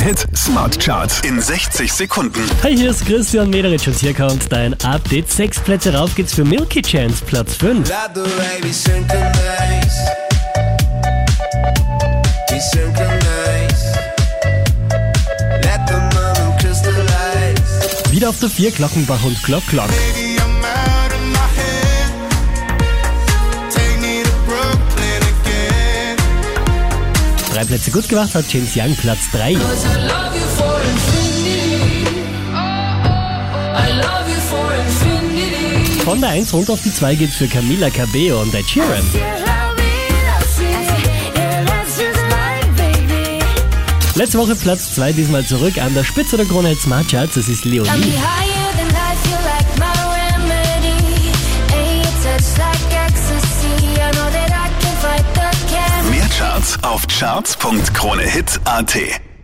Hit Smart Charts in 60 Sekunden. Hi, hier ist Christian Mederich und hier kommt dein Update. 6 Plätze rauf geht's für Milky Chance, Platz 5. Wieder auf der 4 Glockenbach und Glock Glock. 3 Plätze gut gemacht hat James Young, Platz 3. Von der 1 runter auf die 2 geht's für Camila Cabello und Ed Sheeran. Letzte Woche Platz 2, diesmal zurück an der Spitze der Krone Hit Smart Charts, das ist Leonie. Mehr Charts auf charts.kronehit.at.